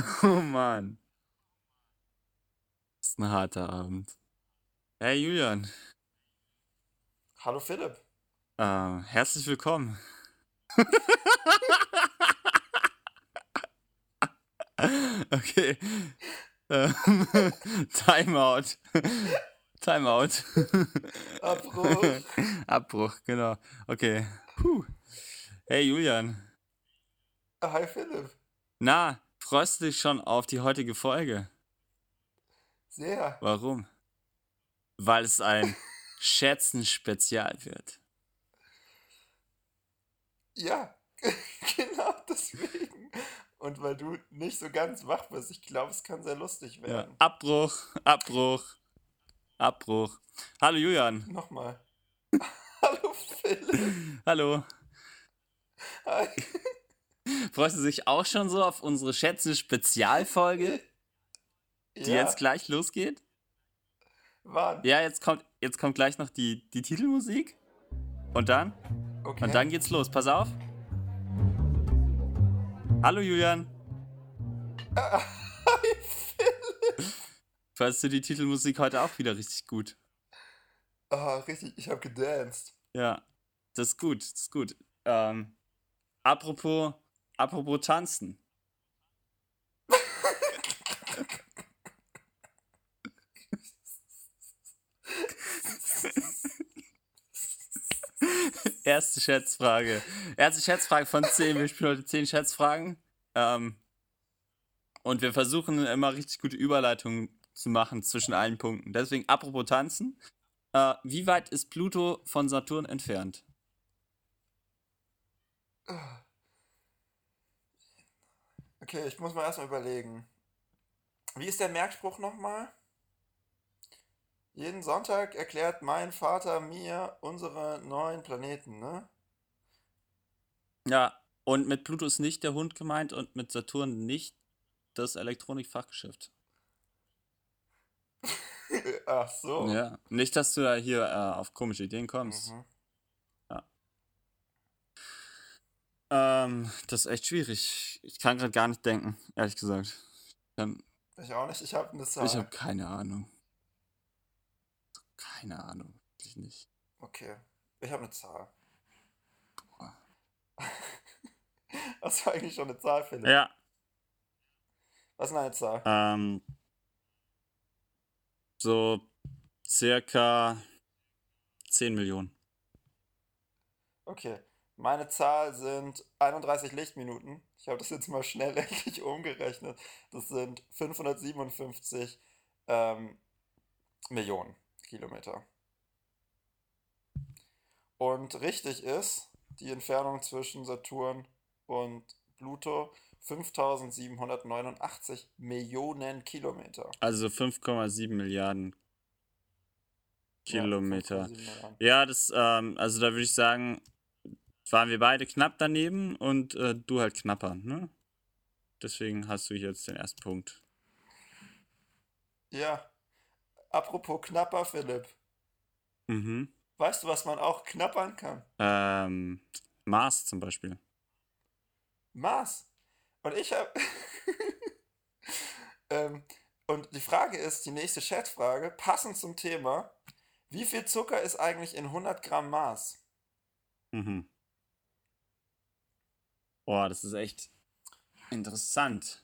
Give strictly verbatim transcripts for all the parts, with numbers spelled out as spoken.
Oh Mann. Das ist ein harter Abend. Hey Julian, Hallo Philipp. äh, herzlich willkommen. Okay. Ähm, Timeout. Timeout. Abbruch. Abbruch, genau. Okay. Puh. Hey Julian. Hi Philipp. Na, freust du dich schon auf die heutige Folge? Sehr. Warum? Weil es ein Schätzen-Spezial wird. Ja, genau deswegen. Und weil du nicht so ganz wach bist, ich glaube, es kann sehr lustig Ja. werden. Abbruch, Abbruch, Abbruch. Hallo Julian. Nochmal. Hallo Philipp. Hallo. Hi. Freust du dich auch schon so auf unsere Schätze-Spezialfolge, die jetzt Ja, gleich losgeht? wann? Ja, jetzt kommt, jetzt kommt gleich noch die, die Titelmusik. Und dann? Okay. Und dann geht's los. Pass auf. Hallo Julian. Hi Philipp. Fandest du die Titelmusik heute auch wieder richtig gut? Ah, richtig, ich habe gedanced. Ja, das ist gut, das ist gut. Ähm, apropos, apropos tanzen. Erste Schätzfrage. Erste Schätzfrage von zehn. Wir spielen heute zehn Schätzfragen. Ähm, und wir versuchen immer richtig gute Überleitungen zu machen zwischen allen Punkten. Deswegen, apropos tanzen. Äh, wie weit ist Pluto von Saturn entfernt? Okay, ich muss mal erstmal überlegen. Wie ist der Merkspruch nochmal? Jeden Sonntag erklärt mein Vater mir unsere neuen Planeten, ne? Ja, und mit Pluto ist nicht der Hund gemeint und mit Saturn nicht das Elektronikfachgeschäft. Ach so. Ja, nicht, dass du da hier äh, auf komische Ideen kommst. Mhm. Ja. Ähm, das ist echt schwierig. Ich kann gerade gar nicht denken, ehrlich gesagt. Ähm, Ich auch nicht, ich habe eine ich habe Zahl. keine Ahnung. Keine Ahnung, wirklich nicht. Okay, ich habe eine Zahl. Boah. Hast du eigentlich schon eine Zahl, Philipp? Ja, Was ist denn eine Zahl? ähm, so circa zehn Millionen. Okay, meine Zahl sind einunddreißig Lichtminuten. Ich habe das jetzt mal schnell endlich umgerechnet. Das sind fünfhundertsiebenundfünfzig ähm, Millionen Kilometer. Und richtig ist die Entfernung zwischen Saturn und Pluto fünftausendsiebenhundertneunundachtzig Millionen Kilometer. Also fünf Komma sieben Milliarden Ja, Kilometer. fünf Komma sieben Milliarden. Ja, das, ähm, also da würde ich sagen, waren wir beide knapp daneben und äh, du halt knapper, ne? Deswegen hast du jetzt den ersten Punkt. Ja, apropos knapper, Philipp. Mhm. Weißt du, was man auch knappern kann? Ähm, Mars zum Beispiel. Mars. Und ich habe. ähm, und die Frage ist, die nächste Chatfrage, passend zum Thema: Wie viel Zucker ist eigentlich in hundert Gramm Mars? Mhm. Boah, das ist echt interessant.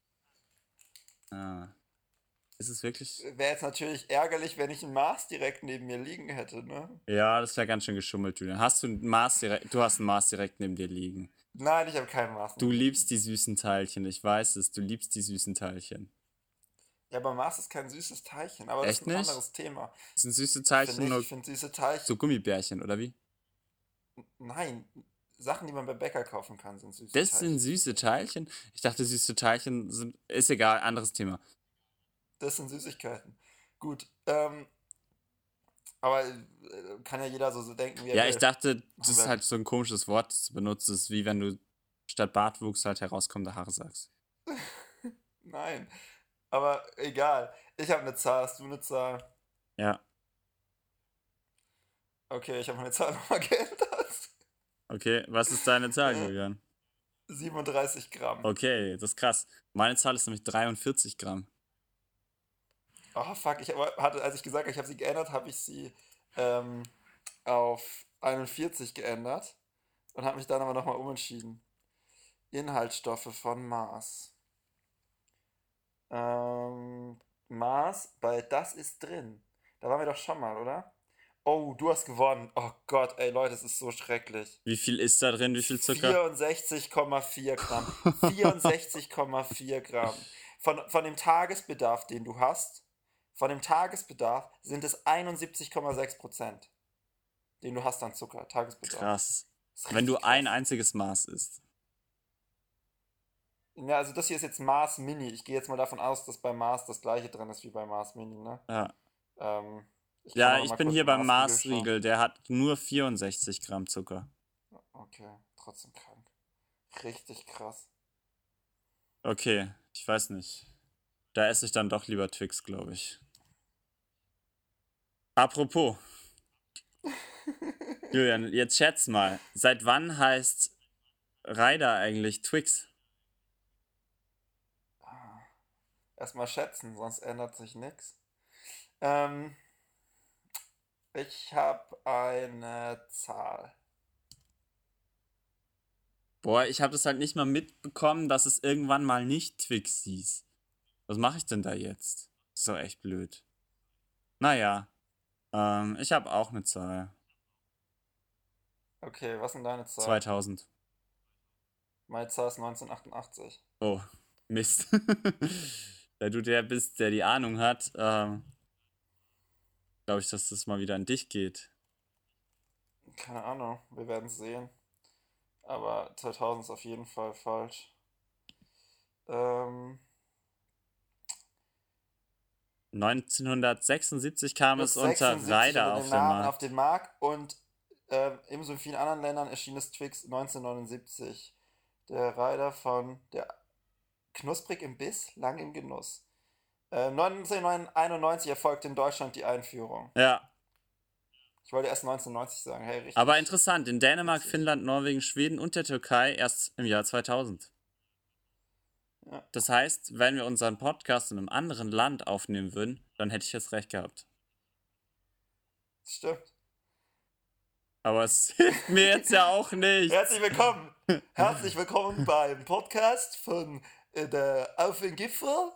Ah. Ist es wirklich? Wäre jetzt natürlich ärgerlich, wenn ich ein Mars direkt neben mir liegen hätte, ne? Ja, das wäre ganz schön geschummelt, Julian. Hast du ein Mars direkt, du hast ein Mars direkt neben dir liegen. Nein, ich habe kein Mars Du neben mir. liebst die süßen Teilchen, ich weiß es. Du liebst die süßen Teilchen. Ja, aber Mars ist kein süßes Teilchen, aber das Echt ist ein nicht? anderes Thema. Sind süße Ich finde Teilchen nicht, nur ich finde süße Teilchen. so Gummibärchen, oder wie? Nein, Sachen, die man bei Bäcker kaufen kann, sind süße Das Teilchen. sind süße Teilchen? Ich dachte, süße Teilchen sind. Ist egal, anderes Thema. Das sind Süßigkeiten. Gut, ähm, aber äh, kann ja jeder so, so denken, wie er Ja, will. ich dachte, das Haben ist wir- halt so ein komisches Wort, das du benutzt, das ist wie wenn du statt Bartwuchs halt herauskommende Haare sagst. Nein, aber egal. Ich habe eine Zahl, hast du eine Zahl? Ja, Okay, ich habe meine Zahl nochmal geändert. okay. Was ist deine Zahl, Äh, Julian? siebenunddreißig Gramm. Okay, das ist krass. Meine Zahl ist nämlich dreiundvierzig Gramm. Oh, fuck, ich hab- hatte, als ich gesagt habe, ich habe sie geändert, habe ich sie ähm, auf einundvierzig geändert und habe mich dann aber nochmal umentschieden. Inhaltsstoffe von Mars. Ähm, Mars bei Das ist drin. Da waren wir doch schon mal, oder? Oh, du hast gewonnen. Oh Gott, ey Leute, es ist so schrecklich. Wie viel ist da drin? Wie viel Zucker? vierundsechzig Komma vier Gramm. vierundsechzig Komma vier Gramm. Von, von dem Tagesbedarf, den du hast, von dem Tagesbedarf sind es einundsiebzig Komma sechs Prozent, den du hast an Zucker. Tagesbedarf. Krass. Das ist Wenn du richtig ein krass. einziges Maß isst. Ja, also das hier ist jetzt Mars Mini. Ich gehe jetzt mal davon aus, dass bei Mars das gleiche drin ist wie bei Mars Mini, ne? Ja. Ähm, ich kann Ja, aber ich mal bin kurz hier im beim Mars-Riegel schauen. Maßriegel. Der hat nur vierundsechzig Gramm Zucker. Okay, trotzdem krank. Richtig krass. Okay, ich weiß nicht. Da esse ich dann doch lieber Twix, glaube ich. Apropos, Julian, jetzt schätz mal. Seit wann heißt Ryder eigentlich Twix? Ah, erstmal schätzen, sonst ändert sich nichts. Ähm, ich habe eine Zahl. Boah, ich habe das halt nicht mal mitbekommen, dass es irgendwann mal nicht Twix hieß. Was mache ich denn da jetzt? Das ist doch echt blöd. Naja, ähm, ich habe auch eine Zahl. Okay, was ist denn deine Zahl? zweitausend. Meine Zahl ist neunzehnhundertachtundachtzig. Oh, Mist. Da du der bist, der die Ahnung hat, ähm, glaube ich, dass das mal wieder an dich geht. Keine Ahnung, wir werden es sehen. Aber zweitausend ist auf jeden Fall falsch. Ähm, neunzehnhundertsechsundsiebzig kam es unter sechsundsiebzig Ryder unter auf dem den Namen auf Markt. den Markt und ähm, ebenso in vielen anderen Ländern erschien das Twix neunzehnhundertneunundsiebzig. Der Rider von der Knusprig im Biss, lang im Genuss. Äh, neunzehnhunderteinundneunzig erfolgte in Deutschland die Einführung. Ja, Ich wollte erst neunzehnhundertneunzig sagen, hey, richtig. aber interessant, in Dänemark, witzig. Finnland, Norwegen, Schweden und der Türkei erst im Jahr zweitausend. Ja, Das heißt, wenn wir unseren Podcast in einem anderen Land aufnehmen würden, dann hätte ich jetzt recht gehabt. das stimmt. Aber es hilft mir jetzt ja auch nicht. Herzlich willkommen. Herzlich willkommen beim Podcast von äh, der Auf den Gipfel.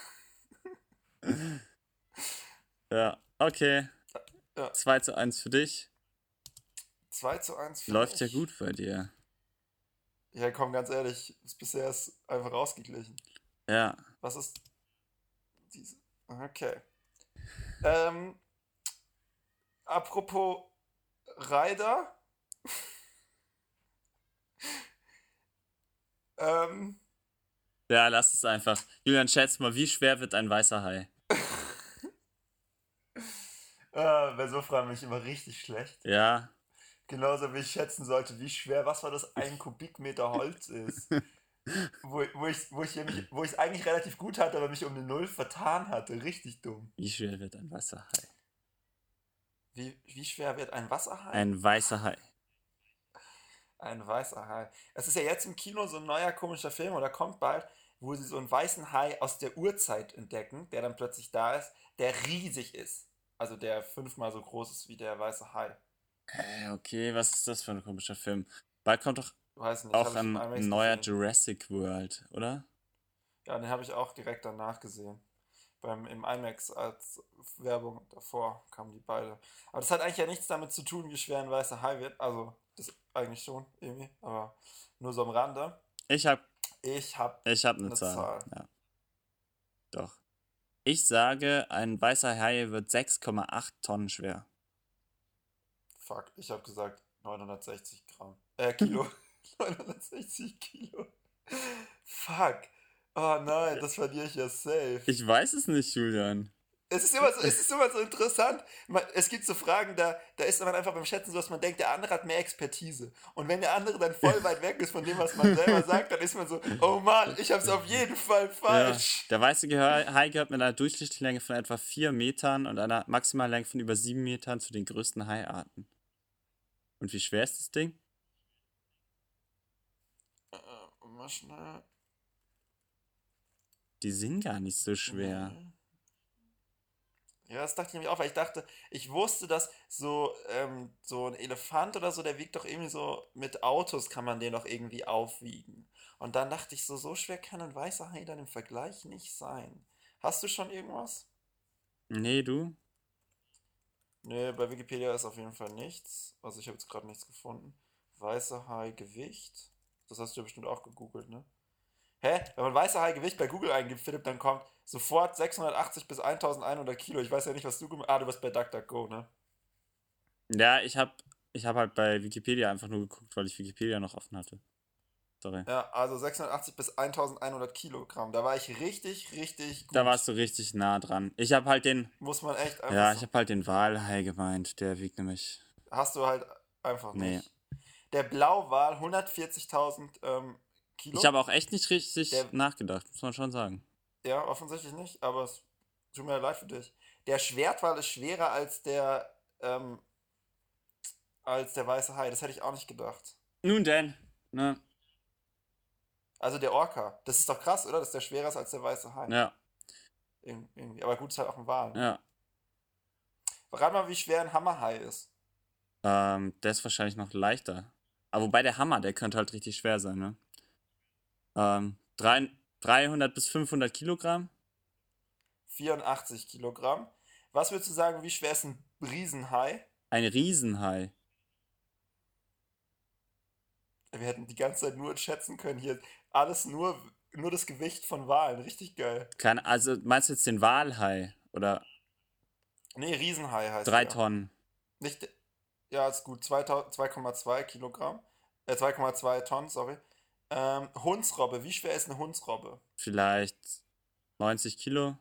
Ja, okay. Ja. zwei zu eins für dich. zwei zu eins für Läuft mich. ja gut bei dir. Ja, komm, ganz ehrlich, ist bisher ist einfach ausgeglichen. Ja. Was ist diese? Okay. Ähm, apropos Rider. ähm, Ja, lass es einfach. Julian, schätz mal, wie schwer wird ein weißer Hai? äh, bei so Fragen bin ich immer richtig schlecht. Ja. Genauso wie ich schätzen sollte, wie schwer, was war das, ein Kubikmeter Holz ist. Wo, wo ich wo ich mich, wo ich es eigentlich relativ gut hatte, aber mich um eine Null vertan hatte. Richtig dumm. Wie schwer wird ein weißer Hai? Wie, wie schwer wird ein Wasserhai? Ein weißer Hai. Ein weißer Hai. Es ist ja jetzt im Kino so ein neuer komischer Film, oder kommt bald, wo sie so einen weißen Hai aus der Urzeit entdecken, der dann plötzlich da ist, der riesig ist. Also der fünfmal so groß ist wie der weiße Hai. Äh, okay, was ist das für ein komischer Film? Bald kommt doch Weiß nicht, auch habe ich im ein IMAX neuer gesehen. Jurassic World, oder? Ja, den habe ich auch direkt danach gesehen. Beim, Im IMAX als Werbung davor kamen die beide. Aber das hat eigentlich ja nichts damit zu tun, wie schwer ein weißer Hai wird. Also, das eigentlich schon, irgendwie. Aber nur so am Rande. Ich hab, Ich habe ich hab eine eine Zahl. Zahl. Ja. Doch. Ich sage, ein weißer Hai wird sechs Komma acht Tonnen schwer. Fuck, ich habe gesagt neunhundertsechzig Gramm. Äh, Kilo. neunhundertsechzig Kilo. Fuck. Oh nein, das verliere ich ja safe. Ich weiß es nicht, Julian. Es ist, immer so, es ist immer so interessant. Man, es gibt so Fragen, da, da ist man einfach beim Schätzen so, dass man denkt, der andere hat mehr Expertise. Und wenn der andere dann voll weit weg ist von dem, was man selber sagt, dann ist man so, oh Mann, ich hab's auf jeden Fall falsch. Ja. Der weiße Gehör Hai gehört mit einer durchschnittlichen Länge von etwa vier Metern und einer maximalen Länge von über sieben Metern zu den größten Haiarten. Und wie schwer ist das Ding? mal schnell. Die sind gar nicht so schwer. Nee. Ja, das dachte ich nämlich auch, weil ich dachte, ich wusste, dass so, ähm, so ein Elefant oder so, der wiegt doch irgendwie so, mit Autos kann man den doch irgendwie aufwiegen. Und dann dachte ich so, so schwer kann ein weißer Hai dann im Vergleich nicht sein. Hast du schon irgendwas? Nee, du? Nee, bei Wikipedia ist auf jeden Fall nichts. Also ich habe jetzt gerade nichts gefunden. Weißer Hai Gewicht. Das hast du ja bestimmt auch gegoogelt, ne? Hä? Wenn man weißer Hai Gewicht bei Google eingibt, Philipp, dann kommt sofort sechshundertachtzig bis elfhundert Kilo. Ich weiß ja nicht, was du gemacht hast. Ah, du bist bei DuckDuckGo, ne? Ja, ich hab, ich hab halt bei Wikipedia einfach nur geguckt, weil ich Wikipedia noch offen hatte. Sorry. Ja, also sechshundertachtzig bis elfhundert Kilogramm. Da war ich richtig, richtig Da gut. warst du richtig nah dran. Ich hab halt den. Muss man echt einfach Ja, so. ich hab halt den Walhai gemeint. Der wiegt nämlich. Hast du halt einfach Nee. nicht. Der Blauwal hundertvierzigtausend ähm, Kilo. Ich habe auch echt nicht richtig Der- nachgedacht, muss man schon sagen. Ja, offensichtlich nicht, aber es tut mir leid für dich. Der Schwertwal ist schwerer als der, ähm, als der weiße Hai. Das hätte ich auch nicht gedacht. Nun denn, ne? Also der Orca. Das ist doch krass, oder? Dass der schwerer ist als der weiße Hai. Ja, Ir- Irgendwie. Aber gut, ist halt auch ein Wal. Ne? ja. Rat mal, wie schwer ein Hammerhai ist. Ähm, der ist wahrscheinlich noch leichter. Aber wobei der Hammer, der könnte halt richtig schwer sein, ne? Ähm, drei, dreihundert bis fünfhundert Kilogramm? vierundachtzig Kilogramm. Was würdest du sagen, wie schwer ist ein Riesenhai? Ein Riesenhai. Wir hätten die ganze Zeit nur schätzen können. Hier alles nur, nur das Gewicht von Walen. Richtig geil. Keine, also meinst du jetzt den Walhai? Oder Nee, Riesenhai heißt drei der. Tonnen? Nicht, ja, ist gut. zwei Komma zwei Kilogramm. Äh, zwei Komma zwei Tonnen, sorry. Ähm, Hundsrobbe. Wie schwer ist eine Hundsrobbe? Vielleicht neunzig Kilo?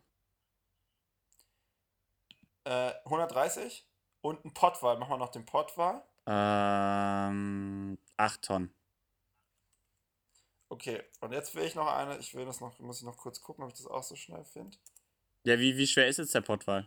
Äh, hundertdreißig. Und ein Pottwal. Machen wir noch den Pottwal. Ähm, acht Tonnen. Okay, und jetzt will ich noch eine. Ich will das noch, muss ich noch kurz gucken, ob ich das auch so schnell finde. Ja, wie, wie schwer ist jetzt der Pottwal?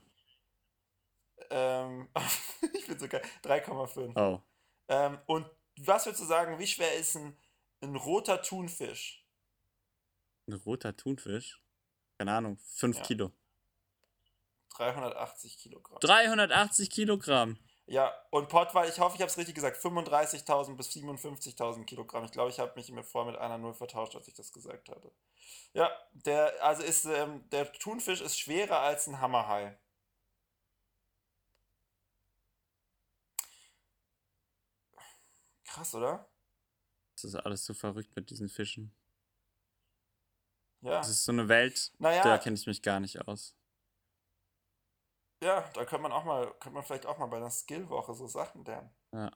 Ähm, ich bin so geil. drei Komma fünf. Oh. Ähm, und was würdest du sagen, wie schwer ist ein, ein roter Thunfisch? Ein roter Thunfisch? Keine Ahnung, fünf Ja. Kilo. dreihundertachtzig Kilogramm. dreihundertachtzig Kilogramm. Ja, und Pottwal, ich hoffe, ich habe es richtig gesagt, fünfunddreißigtausend bis siebenundfünfzigtausend Kilogramm. Ich glaube, ich habe mich mit vorher mit einer Null vertauscht, als ich das gesagt hatte. Ja, der, also ist, ähm, der Thunfisch ist schwerer als ein Hammerhai. Krass, oder? Das ist alles so verrückt mit diesen Fischen. Ja. Das ist so eine Welt, Naja. da kenne ich mich gar nicht aus. Ja, da könnte man auch mal, könnte man vielleicht auch mal bei einer Skillwoche so Sachen lernen. Ja.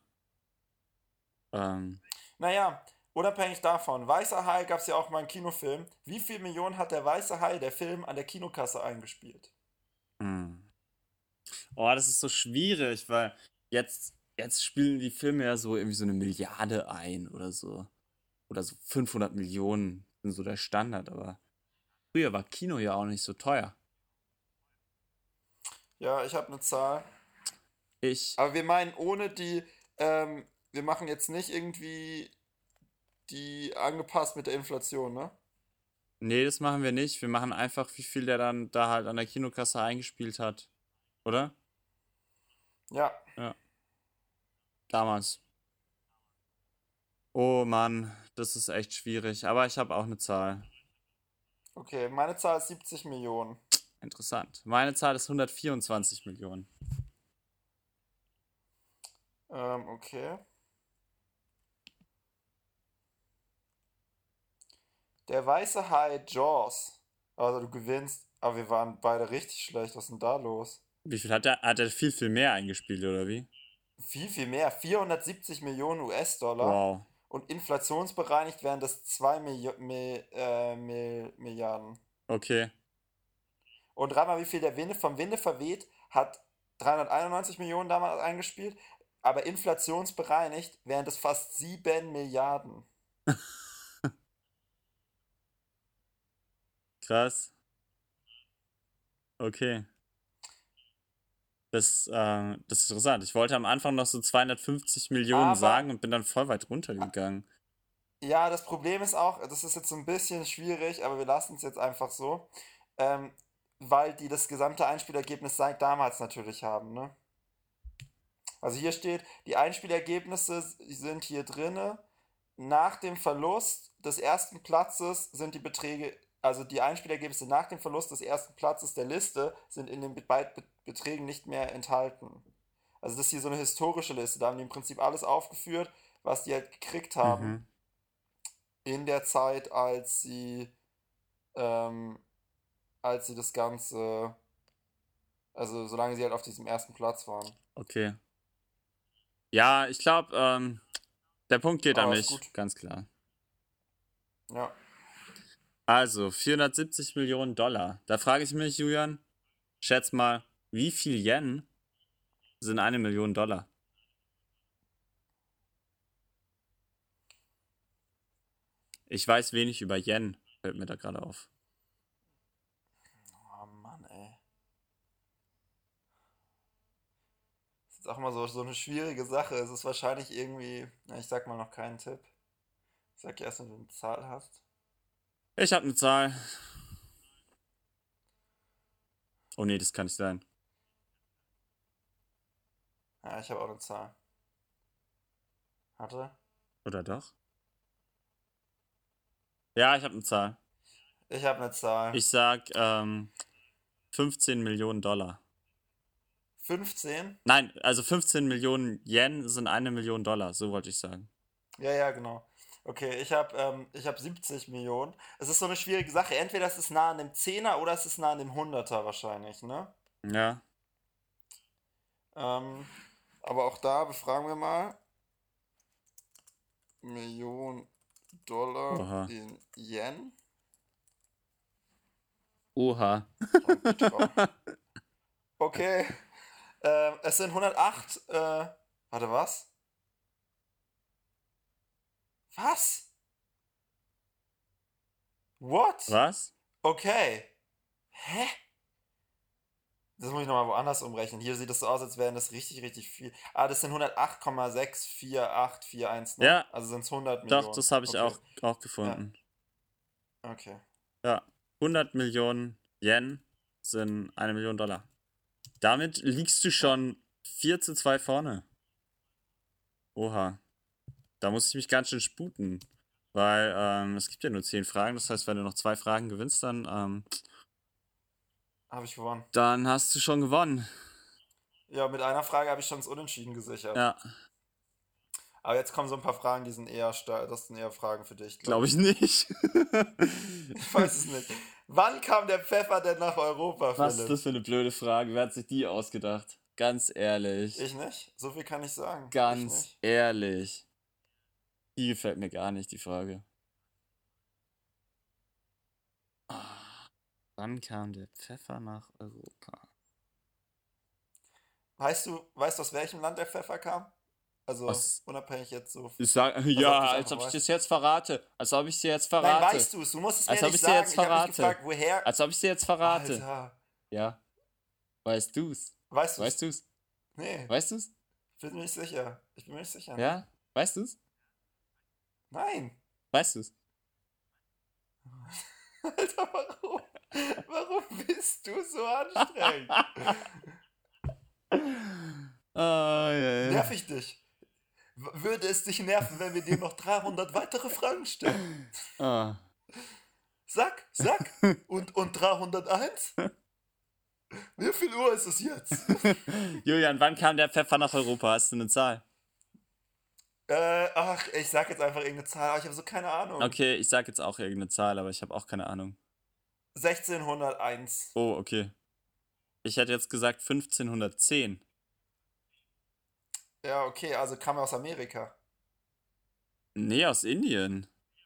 Ähm, Naja, unabhängig davon, Weißer Hai gab es ja auch mal einen Kinofilm. Wie viel Millionen hat der Weiße Hai, der Film, an der Kinokasse eingespielt? hm. Oh, das ist so schwierig, weil jetzt, jetzt spielen die Filme ja so irgendwie so eine Milliarde ein oder so. Oder so fünfhundert Millionen sind so der Standard, aber früher war Kino ja auch nicht so teuer. Ja, ich habe eine Zahl. Ich, Aber wir meinen ohne die, ähm, wir machen jetzt nicht irgendwie die angepasst mit der Inflation, ne? nee, das machen wir nicht. Wir machen einfach, wie viel der dann da halt an der Kinokasse eingespielt hat. Oder? Ja, Damals. Oh Mann, das ist echt schwierig. Aber ich habe auch eine Zahl. okay, meine Zahl ist siebzig Millionen. Interessant. Meine Zahl ist hundertvierundzwanzig Millionen. Ähm, okay. Der Weiße Hai Jaws. Also du gewinnst, aber wir waren beide richtig schlecht. Was ist denn da los? Wie viel hat er? Hat er viel, viel mehr eingespielt, oder wie? Viel, viel mehr. vierhundertsiebzig Millionen U S-Dollar. Wow. Und inflationsbereinigt wären das zwei Milli Mi äh, Mil Milliarden. Okay. Und rat mal, wie viel der Winde vom Winde verweht hat dreihunderteinundneunzig Millionen damals eingespielt, aber inflationsbereinigt wären das fast sieben Milliarden. Krass. Okay. Das, äh, das ist interessant. Ich wollte am Anfang noch so zweihundertfünfzig Millionen Aber- sagen und bin dann voll weit runtergegangen. Ja, das Problem ist auch, das ist jetzt so ein bisschen schwierig, aber wir lassen es jetzt einfach so, ähm, weil die das gesamte Einspielergebnis seit damals natürlich haben, ne? Also hier steht, die Einspielergebnisse sind hier drinne. Nach dem Verlust des ersten Platzes sind die Beträge, also die Einspielergebnisse nach dem Verlust des ersten Platzes der Liste sind in den Be Be Beträgen nicht mehr enthalten. Also das ist hier so eine historische Liste, da haben die im Prinzip alles aufgeführt, was die halt gekriegt haben Mhm. in der Zeit, als sie, ähm, als sie das Ganze, also solange sie halt auf diesem ersten Platz waren. Okay. Ja, ich glaube, ähm, der Punkt geht an Aber ist gut. mich, ganz klar. Ja. Also, vierhundertsiebzig Millionen Dollar. Da frage ich mich, Julian, schätz mal, wie viel Yen sind eine Million Dollar? Ich weiß wenig über Yen, fällt mir da gerade auf. Oh Mann, ey. Das ist auch immer so, so eine schwierige Sache. Es ist wahrscheinlich irgendwie, na, ich sag mal noch keinen Tipp. Ich sag dir erst, wenn du eine Zahl hast. Ich habe eine Zahl. Oh nee, das kann nicht sein. Ja, ich habe auch eine Zahl. Hatte? Oder doch? Ja, ich habe eine Zahl. Ich habe eine Zahl. Ich sag ähm, fünfzehn Millionen Dollar. fünfzehn? Nein, also fünfzehn Millionen Yen sind eine Million Dollar, so wollte ich sagen. Ja, ja, genau. Okay, ich habe ähm, ich hab siebzig Millionen. Es ist so eine schwierige Sache. Entweder es ist nah an dem Zehner oder es ist nah an dem Hunderter wahrscheinlich, ne? Ja, Ähm, aber auch da befragen wir mal. Million Dollar oha. in Yen. Oha. Und betra Okay, ähm, es sind hundertacht. Äh, warte, was? Was? What? Was? Okay. Hä? Das muss ich nochmal woanders umrechnen. Hier sieht es so aus, als wären das richtig, richtig viel. Ah, das sind hundertacht Komma sechs vier acht vier eins, ne? Ja, Also sind es hundert doch, Millionen. das habe ich Okay. auch, auch Ja, gefunden. okay. Ja, hundert Millionen Yen sind eine Million Dollar. Damit liegst du Ja. schon vier zu zwei vorne. Oha. Da muss ich mich ganz schön sputen. Weil ähm, es gibt ja nur zehn Fragen. Das heißt, wenn du noch zwei Fragen gewinnst, dann, ähm, Habe ich gewonnen. dann hast du schon gewonnen. Ja, mit einer Frage habe ich schon das Unentschieden gesichert. Ja, Aber jetzt kommen so ein paar Fragen, die sind eher steil. Das sind eher Fragen für dich, glaube glaube ich ich. nicht. Ich weiß es nicht. Wann kam der Pfeffer denn nach Europa, Was ist Philipp? das für eine blöde Frage? Wer hat sich die ausgedacht? Ganz ehrlich. Ich nicht. So viel kann ich sagen. Ich Ganz nicht. ehrlich. Die gefällt mir gar nicht, die Frage. Ah, wann kam der Pfeffer nach Europa? Weißt du, weißt du, aus welchem Land der Pfeffer kam? Also Was? unabhängig jetzt so. Ich sag, Also ob ja, du es als einfach ob ich das weißt. jetzt verrate. Als ob ich dir jetzt Nein, verrate. weißt du es. Du musst es mir Als ob nicht ich dir jetzt sagen. Ich habe mich verrate. gefragt, woher. Als ob ich dir jetzt verrate. Alter. Ja. Weißt du's? Weißt du Weißt es? du's? Nee. Weißt du's? Ich bin mir nicht sicher. Ich bin mir nicht sicher, ne? Ja? Weißt du's? Nein. Weißt du's? Alter, warum? Warum bist du so anstrengend? Ah, ja, ja. Nerv ich dich? W- Würde es dich nerven, wenn wir dir noch dreihundert weitere Fragen stellen? Ah. Sag, sag. Und, und dreihunderteins? Wie viel Uhr ist es jetzt? Julian, wann kam der Pfeffer nach Europa? Hast du eine Zahl? Äh, ach, ich sag jetzt einfach irgendeine Zahl, aber ich habe so keine Ahnung. Okay, ich sag jetzt auch irgendeine Zahl, aber ich habe auch keine Ahnung. sechzehnhunderteins. Oh, okay. Ich hätte jetzt gesagt fünfzehnhundertzehn. Ja, okay, also kam er aus Amerika. Nee, aus Indien.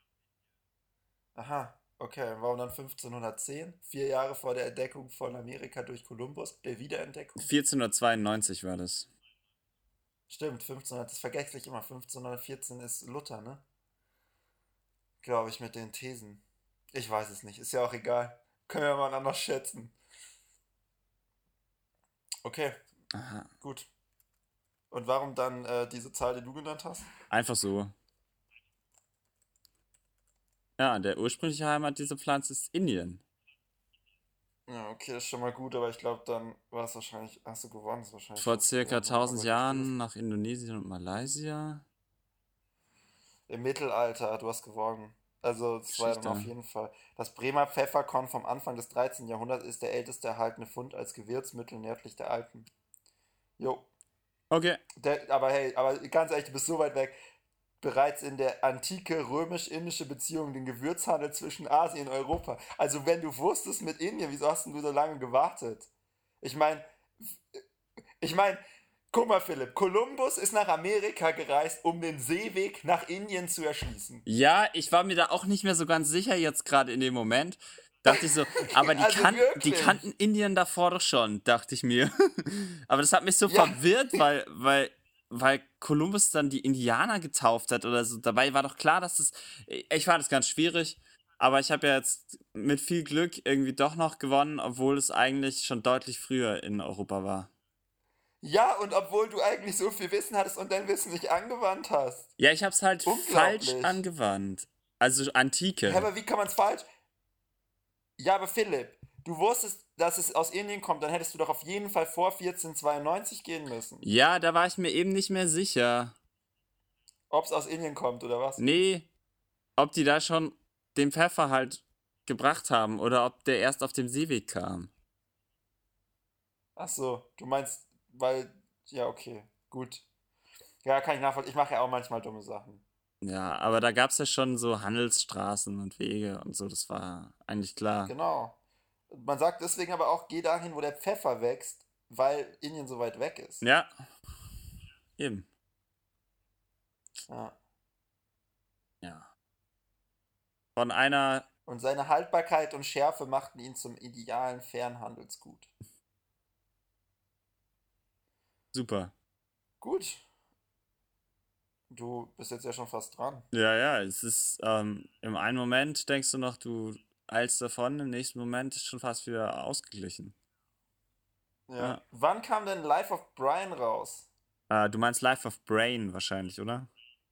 Aha, okay, warum dann fünfzehnhundertzehn? Vier Jahre vor der Entdeckung von Amerika durch Kolumbus, der Wiederentdeckung. vierzehnhundertzweiundneunzig war das. Stimmt, fünfzehnhundert, das vergesse ich immer. fünfzehnhundertvierzehn ist Luther, ne? Glaube ich, mit den Thesen. Ich weiß es nicht, ist ja auch egal. Können wir mal anders schätzen. Okay, Aha. gut. Und warum dann äh, diese Zahl, die du genannt hast? Einfach so. Ja, der ursprüngliche Heimat dieser Pflanze ist Indien. Ja, okay, ist schon mal gut, aber ich glaube, dann war es wahrscheinlich, hast du gewonnen, ist wahrscheinlich Vor schon circa früher, ne? tausend Aber gut, Jahren nach Indonesien und Malaysia. im Mittelalter, du hast gewonnen. Also, das war ja dann auf Geschichte. jeden Fall. Das Bremer Pfefferkorn vom Anfang des dreizehnten. Jahrhunderts ist der älteste erhaltene Fund als Gewürzmittel nördlich der Alpen. Jo, Okay. der, aber hey, aber ganz ehrlich, du bist so weit weg. Bereits in der Antike römisch-indische Beziehung den Gewürzhandel zwischen Asien und Europa. Also, wenn du wusstest mit Indien, wieso hast denn du so lange gewartet? Ich meine, ich meine, guck mal, Philipp, Kolumbus ist nach Amerika gereist, um den Seeweg nach Indien zu erschließen. Ja, ich war mir da auch nicht mehr so ganz sicher jetzt gerade in dem Moment. Dachte ich so, aber die, Also kan die wirklich. kannten Indien davor doch schon, dachte ich mir. Aber das hat mich so Ja, verwirrt, weil, weil, weil Kolumbus dann die Indianer getauft hat oder so. Dabei war doch klar, dass das. Ich fand es ganz schwierig, aber ich habe ja jetzt mit viel Glück irgendwie doch noch gewonnen, obwohl es eigentlich schon deutlich früher in Europa war. ja, und obwohl du eigentlich so viel Wissen hattest und dein Wissen nicht angewandt hast. Ja, ich habe es halt falsch Unglaublich. angewandt. Also Hä, Antike. aber wie kann man es falsch? Ja, aber Philipp, du wusstest, dass es aus Indien kommt, dann hättest du doch auf jeden Fall vor vierzehnhundertzweiundneunzig gehen müssen. Ja, da war ich mir eben nicht mehr sicher. Ob es aus Indien kommt oder was? Nee, ob die da schon den Pfeffer halt gebracht haben oder ob der erst auf dem Seeweg kam. Ach so, du meinst, weil, ja, okay, gut. Ja, kann ich nachvollziehen. Ich mache ja auch manchmal dumme Sachen. Ja, aber da gab es ja schon so Handelsstraßen und Wege und so, das war eigentlich klar. Genau. Man sagt deswegen aber auch, geh dahin, wo der Pfeffer wächst, weil Indien so weit weg ist. Ja, eben. Ja. Ja. Von einer, Und seine Haltbarkeit und Schärfe machten ihn zum idealen Fernhandelsgut. super. Gut, du bist jetzt ja schon fast dran. Ja, ja, es ist, ähm, im einen Moment denkst du noch, du eilst davon, im nächsten Moment ist schon fast wieder ausgeglichen. Ja. Ja. Wann kam denn Life of Brian raus? Äh, du meinst Life of Brain wahrscheinlich, oder?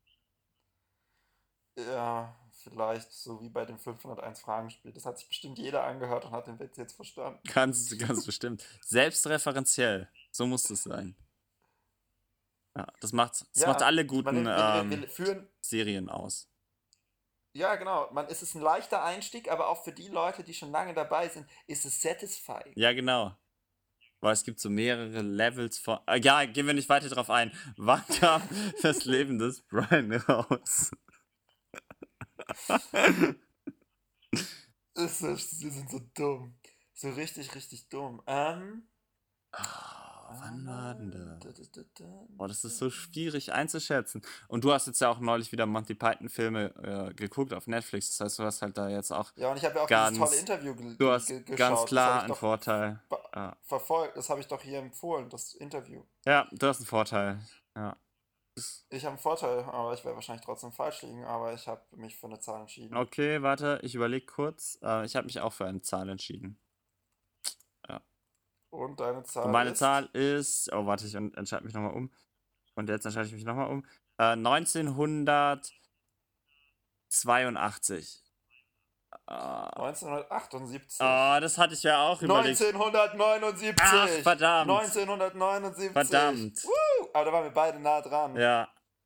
Ja, vielleicht so wie bei dem fünfhunderteins Fragenspiel. Das hat sich bestimmt jeder angehört und hat den Witz jetzt verstanden. Ganz, ganz bestimmt. Selbstreferenziell. So muss es sein. Ja, das macht, das macht Ja, alle man, guten wir, wir, ähm, wir führen, Serien aus. ja genau, man, es ist ein leichter Einstieg, aber auch für die Leute, die schon lange dabei sind, ist es satisfying. Ja, genau. Weil es gibt so mehrere Levels von. Äh, ja, gehen wir nicht weiter drauf ein. Wann kam das Leben des Brian raus? Es ist, wir sind so dumm. So richtig, richtig dumm. Ähm. Ah, wann war denn äh, da, das? da, da, da, Boah, das ist da, so schwierig einzuschätzen. Und du hast jetzt ja auch neulich wieder Monty Python-Filme äh, geguckt auf Netflix. Das heißt, du hast halt da jetzt auch Ja, und ich habe ja auch dieses tolle ganz. Interview ge Du ge hast ge ganz geschaut. Das habe klar ich einen doch Vorteil. ba- Ja. verfolgt. Das habe ich doch hier empfohlen, das Interview. Ja, du hast einen Vorteil. Ja. Das- Ich habe einen Vorteil, aber ich werde wahrscheinlich trotzdem falsch liegen, aber ich habe mich für eine Zahl entschieden. Okay, warte, ich überlege kurz. Äh, ich habe mich auch für eine Zahl entschieden. Ja. Und deine Und Zahl meine Zahl ist? ist. Oh, warte, ich en- entscheide mich nochmal um. Und jetzt entscheide ich mich nochmal um. Äh, neunzehnhundertzweiundachtzig. Ah, neunzehnhundertachtundsiebzig. ah, das hatte ich ja auch überlegt. Ach, neunzehnhundertneunundsiebzig! verdammt. neunzehnhundertneunundsiebzig! Verdammt. Woo! Aber da waren wir beide nah dran. Ja,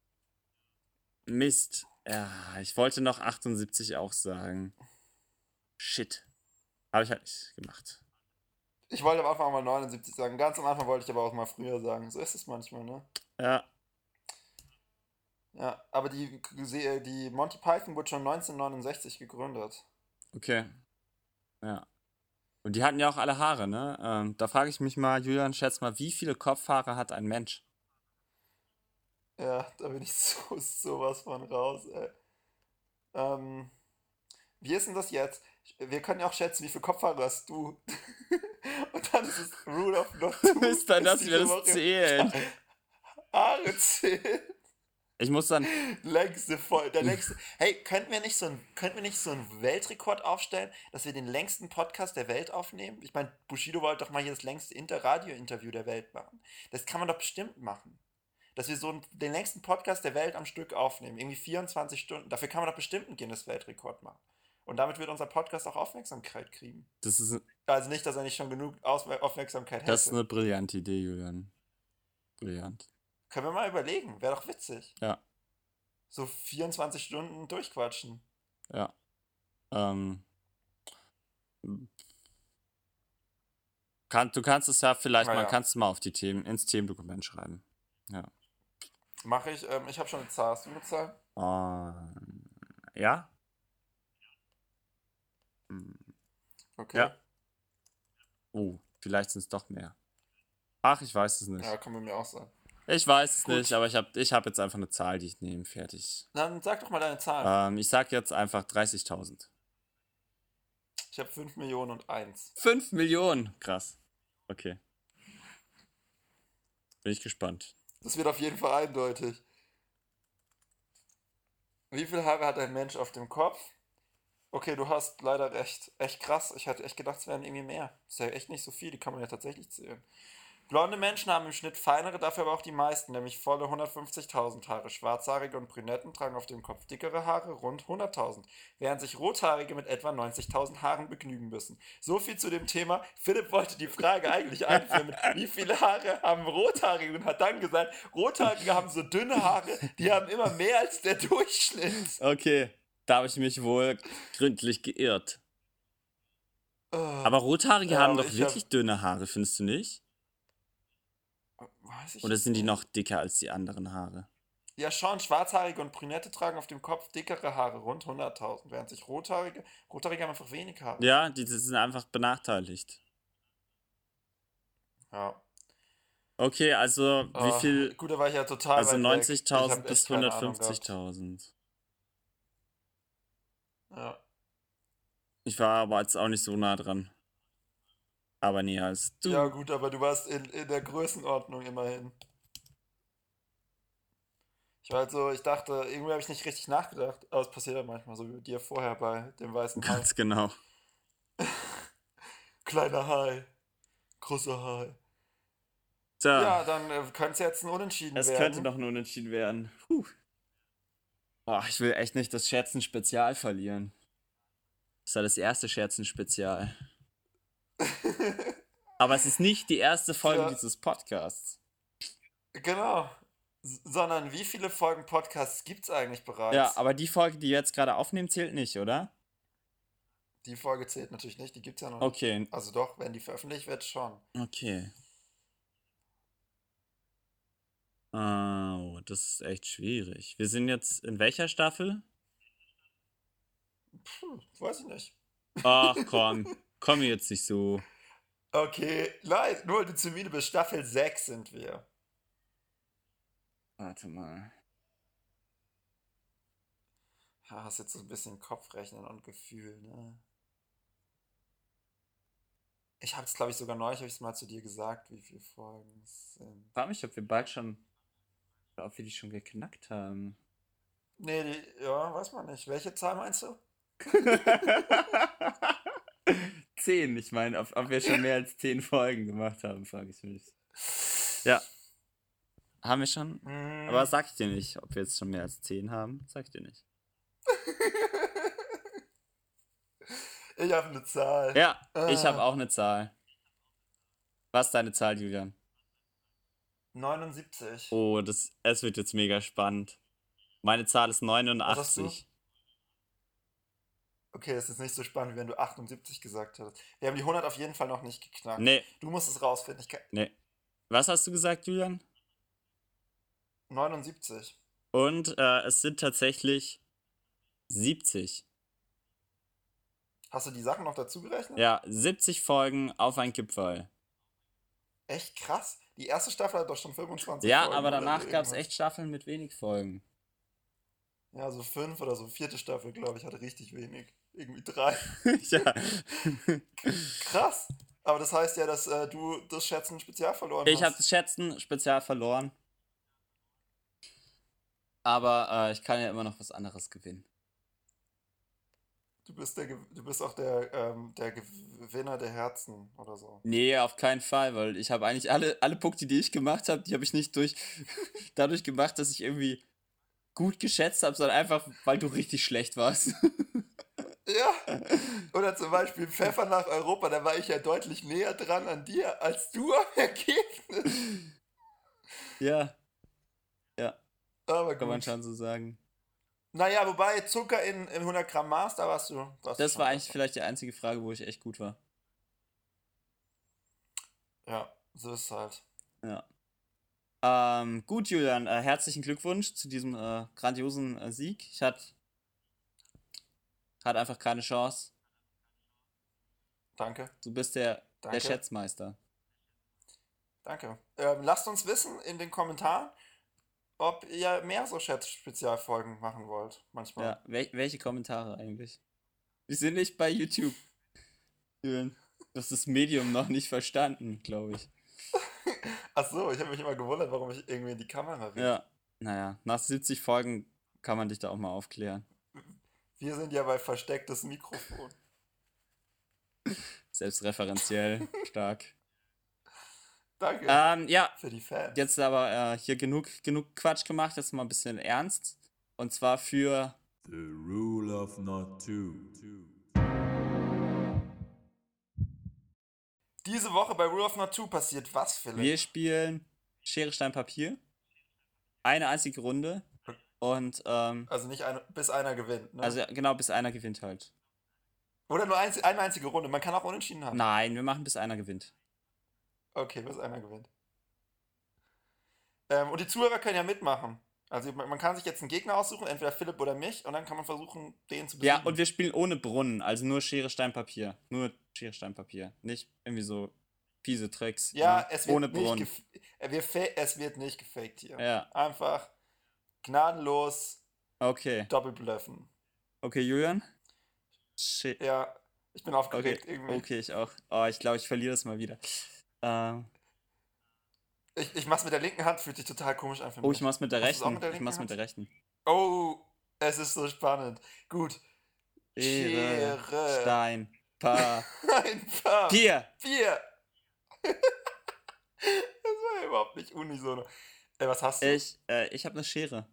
Mist. Ja, ich wollte noch achtundsiebzig auch sagen. Shit. Habe ich halt nicht gemacht. Ich wollte am Anfang mal neunundsiebzig sagen. Ganz am Anfang wollte ich aber auch mal früher sagen. So ist es manchmal, ne? Ja, Ja, aber die, die Monty Python wurde schon neunzehnhundertneunundsechzig gegründet. okay. Ja. Und die hatten ja auch alle Haare, ne? Ähm, da frage ich mich mal, Julian, schätz mal, wie viele Kopfhaare hat ein Mensch? Ja, da bin ich so sowas von raus, ey. Ähm, wie ist denn das jetzt? Wir können ja auch schätzen, wie viel Kopfhaare hast du? Und dann ist es Rule of Not Two, Ist dann, ist dass wir diese das Woche zählen. Haare zählen. Ich muss dann. Längste Folge, der längste. Hey, könnten wir nicht so ein, könnten wir nicht so einen Weltrekord aufstellen, dass wir den längsten Podcast der Welt aufnehmen? Ich meine, Bushido wollte doch mal hier das längste Inter Radio-Interview der Welt machen. Das kann man doch bestimmt machen. dass wir so einen, den längsten Podcast der Welt am Stück aufnehmen. Irgendwie vierundzwanzig Stunden. Dafür kann man doch bestimmt einen Guinness-Weltrekord machen. Und damit wird unser Podcast auch Aufmerksamkeit kriegen. Das ist, Also nicht, dass er nicht schon genug Aus- Aufmerksamkeit hätte. das ist eine brillante Idee, Julian. Brillant. Können wir mal überlegen. Wäre doch witzig. Ja. So vierundzwanzig Stunden durchquatschen. Ja. Ähm. Kann, du kannst es ja vielleicht Na mal, ja. kannst du mal auf die Themen, ins Themendokument schreiben. Ja. Mache ich. Ähm, ich habe schon eine Zahl. Hast du eine Zahl? Ähm, ja? Hm, Okay. Ja. Oh, vielleicht sind es doch mehr. Ach, ich weiß es nicht. Ja, kann man mir auch sagen. Ich weiß es Gut. nicht, aber ich habe ich hab jetzt einfach eine Zahl, die ich nehme. Fertig. Dann sag doch mal deine Zahl. Ähm, ich sag jetzt einfach dreißigtausend. Ich habe fünf Millionen und eins. fünf Millionen. Krass. Okay. Bin ich gespannt. Das wird auf jeden Fall eindeutig. Wie viele Haare hat ein Mensch auf dem Kopf? Okay, du hast leider recht. Echt krass. Ich hatte echt gedacht, es wären irgendwie mehr. Das ist ja echt nicht so viel. Die kann man ja tatsächlich zählen. Blonde Menschen haben im Schnitt feinere, dafür aber auch die meisten, nämlich volle hundertfünfzigtausend Haare. Schwarzhaarige und Brünetten tragen auf dem Kopf dickere Haare, rund hunderttausend, während sich Rothaarige mit etwa neunzigtausend Haaren begnügen müssen. So viel zu dem Thema. Philipp wollte die Frage eigentlich einführen mit, wie viele Haare haben Rothaarige, und hat dann gesagt, Rothaarige haben so dünne Haare, die haben immer mehr als der Durchschnitt. Okay, da habe ich mich wohl gründlich geirrt. Aber Rothaarige Ja, haben aber doch ich wirklich dünne Haare, findest du nicht? Weiß ich Oder jetzt sind die nicht. noch dicker als die anderen Haare? Ja, schon, Schwarzhaarige und Brünette tragen auf dem Kopf dickere Haare, rund hunderttausend, während sich Rothaarige, Rothaarige haben einfach wenig Haare. Ja, die die sind einfach benachteiligt. Ja. Okay, also wie Ah, viel? gut, da war ich ja total Also weit weg. Ich neunzigtausend habe bis echt keine Ahnung gehabt. hundertfünfzigtausend. Ja. Ich war aber jetzt auch nicht so nah dran. Aber näher als du. Ja, gut, aber du warst in, in der Größenordnung immerhin. Ich war halt so, ich dachte, irgendwie habe ich nicht richtig nachgedacht, aber es passiert ja manchmal, so wie dir vorher bei dem weißen Hai. Ganz genau. Kleiner Hai, großer Hai. Tja, Ja, dann äh, könnte es jetzt ein Unentschieden es werden. könnte noch ein Unentschieden werden. Puh. Oh, ich will echt nicht das Scherzen-Spezial verlieren. Das war das erste Scherzen-Spezial. Aber es ist nicht die erste Folge Tja. dieses Podcasts. Genau. S sondern wie viele Folgen Podcasts gibt es eigentlich bereits? Ja, aber die Folge, die wir jetzt gerade aufnehmen, zählt nicht, oder? Die Folge zählt natürlich nicht, die gibt es ja noch nicht. Okay, Also doch, wenn die veröffentlicht wird, schon. okay. Oh, das ist echt schwierig. Wir sind jetzt in welcher Staffel? Puh, weiß ich nicht. Ach komm, komm jetzt nicht so. Okay, nein, nur weil du zu müde bist. Staffel sechs sind wir. Warte mal. Ja, hast jetzt so ein bisschen Kopfrechnen und Gefühl, ne? Ich habe es, glaube ich, sogar neulich, habe ich es mal zu dir gesagt, wie viele Folgen es sind. Ich frage mich, ob wir bald schon, ob wir die schon geknackt haben. Nee, die, ja, weiß man nicht. Welche Zahl meinst du? Zehn, ich meine, ob, ob wir schon mehr als zehn Folgen gemacht haben, frage ich mich. Ja. Haben wir schon? Hm. Aber sag ich dir nicht, ob wir jetzt schon mehr als zehn haben. Sag ich dir nicht. Ich habe eine Zahl. Ja, Ah. ich habe auch eine Zahl. Was ist deine Zahl, Julian? neunundsiebzig. Oh, das, es wird jetzt mega spannend. Meine Zahl ist Was hast du? neunundachtzig. Okay, es ist nicht so spannend, wie wenn du achtundsiebzig gesagt hättest. Wir haben die hundert auf jeden Fall noch nicht geknackt. Nee, Du musst es rausfinden. Ich kann... nee. Was hast du gesagt, Julian? neunundsiebzig. Und äh, es sind tatsächlich siebzig. Hast du die Sachen noch dazu gerechnet? Ja, siebzig Folgen auf ein Gipfel. Echt krass. Die erste Staffel hat doch schon fünfundzwanzig Ja, Folgen. aber oder danach so gab es irgendwas. echt Staffeln mit wenig Folgen. Ja, so fünf oder so. Vierte Staffel, glaube ich, hatte richtig wenig. Irgendwie drei. Ja. Krass. Aber das heißt ja, dass äh, du das Schätzen Spezial verloren Ich habe hast. das Schätzen Spezial verloren. Aber äh, ich kann ja immer noch was anderes gewinnen. Du bist, der, Ge- du bist auch der, ähm, der Gewinner der Herzen oder so. Nee, auf keinen Fall, weil ich habe eigentlich alle, alle Punkte, die ich gemacht habe, die habe ich nicht durch dadurch gemacht, dass ich irgendwie gut geschätzt habe, sondern einfach, weil du richtig schlecht warst. Ja, oder zum Beispiel Pfeffer nach Europa, da war ich ja deutlich näher dran an dir als du am Ergebnis. Ja, ja, Aber kann man gut. schon so sagen. Naja, wobei Zucker in, in hundert Gramm Maß, da warst du, warst du Das war schon eigentlich besser. vielleicht die einzige Frage, wo ich echt gut war. Ja, so ist es halt. Ja. Ähm, gut, Julian, äh, herzlichen Glückwunsch zu diesem äh, grandiosen äh, Sieg. Ich hatte hat einfach keine Chance. Danke, Du bist der, der danke, Schätzmeister. danke. Ähm, lasst uns wissen in den Kommentaren, ob ihr mehr so Chat-Spezialfolgen machen wollt, manchmal. Ja, wel welche Kommentare eigentlich? Wir sind nicht bei YouTube, Julian. Du hast das Medium noch nicht verstanden, glaube ich. Ach so, ich habe mich immer gewundert, warum ich irgendwie in die Kamera rede. Ja, naja, nach siebzig Folgen kann man dich da auch mal aufklären. Wir sind ja bei verstecktes Mikrofon. Selbstreferenziell, stark. Danke Ähm, ja, für die Fans. jetzt aber äh, hier genug, genug Quatsch gemacht, jetzt mal ein bisschen ernst. Und zwar für The Rule of Not Two. Diese Woche bei Rule of Not Two passiert was, Philipp? wir spielen Schere, Stein, Papier. Eine einzige Runde. Und, ähm, Also nicht eine, bis einer gewinnt, ne? also genau, bis einer gewinnt halt. Oder nur einz eine einzige Runde. Man kann auch unentschieden haben. Nein, wir machen bis einer gewinnt. Okay, bis einer gewinnt. Ähm, und die Zuhörer können ja mitmachen. Also man, man kann sich jetzt einen Gegner aussuchen, entweder Philipp oder mich, und dann kann man versuchen, den zu besiegen. Ja, und wir spielen ohne Brunnen, also nur Schere, Stein, Papier. Nur Schere, Stein, Papier. Nicht irgendwie so fiese Tricks. Ja, ne? es wird, Ohne nicht Brunnen. gef äh, wir fa- es wird nicht gefaked hier. Ja, Einfach gnadenlos okay. doppelbluffen. Okay, Julian? Shit. Ja, ich bin Okay, aufgeregt irgendwie. okay, ich auch. Oh, ich glaube, ich verliere das mal wieder. Ähm, Ich, ich mach's mit der linken Hand, fühlt sich total komisch an für oh, mich. ich mach's mit der Machst du's auch rechten. mit der Ich linken mach's mit Hand? der rechten. Oh, es ist so spannend. Gut. Schere, Schere. Stein, Papier. Ein paar. Vier. Das war ja überhaupt nicht unisono. Ey, was hast du? Ich, äh, ich habe eine Schere.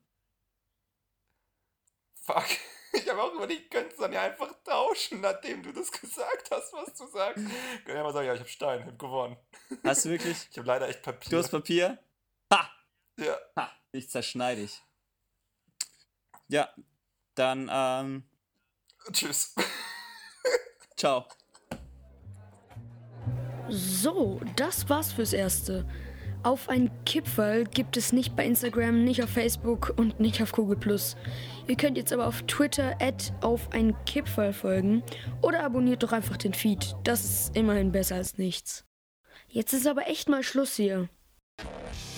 Fuck. Ich habe auch überlegt, könntest du dann ja einfach tauschen, nachdem du das gesagt hast, was du sagst. Können ja mal sagen, ja, ich habe Stein, ich habe gewonnen. Hast du wirklich? Ich habe leider echt Papier. Du hast Papier? Ha! Ja. Ha! Ich zerschneide dich. Ja, dann, ähm, Tschüss. ciao. So, das war's fürs Erste. Auf ein Kipferl gibt es nicht bei Instagram, nicht auf Facebook und nicht auf Google plus. Ihr könnt jetzt aber auf Twitter at auf ein Kipferl folgen oder abonniert doch einfach den Feed. Das ist immerhin besser als nichts. Jetzt ist aber echt mal Schluss hier.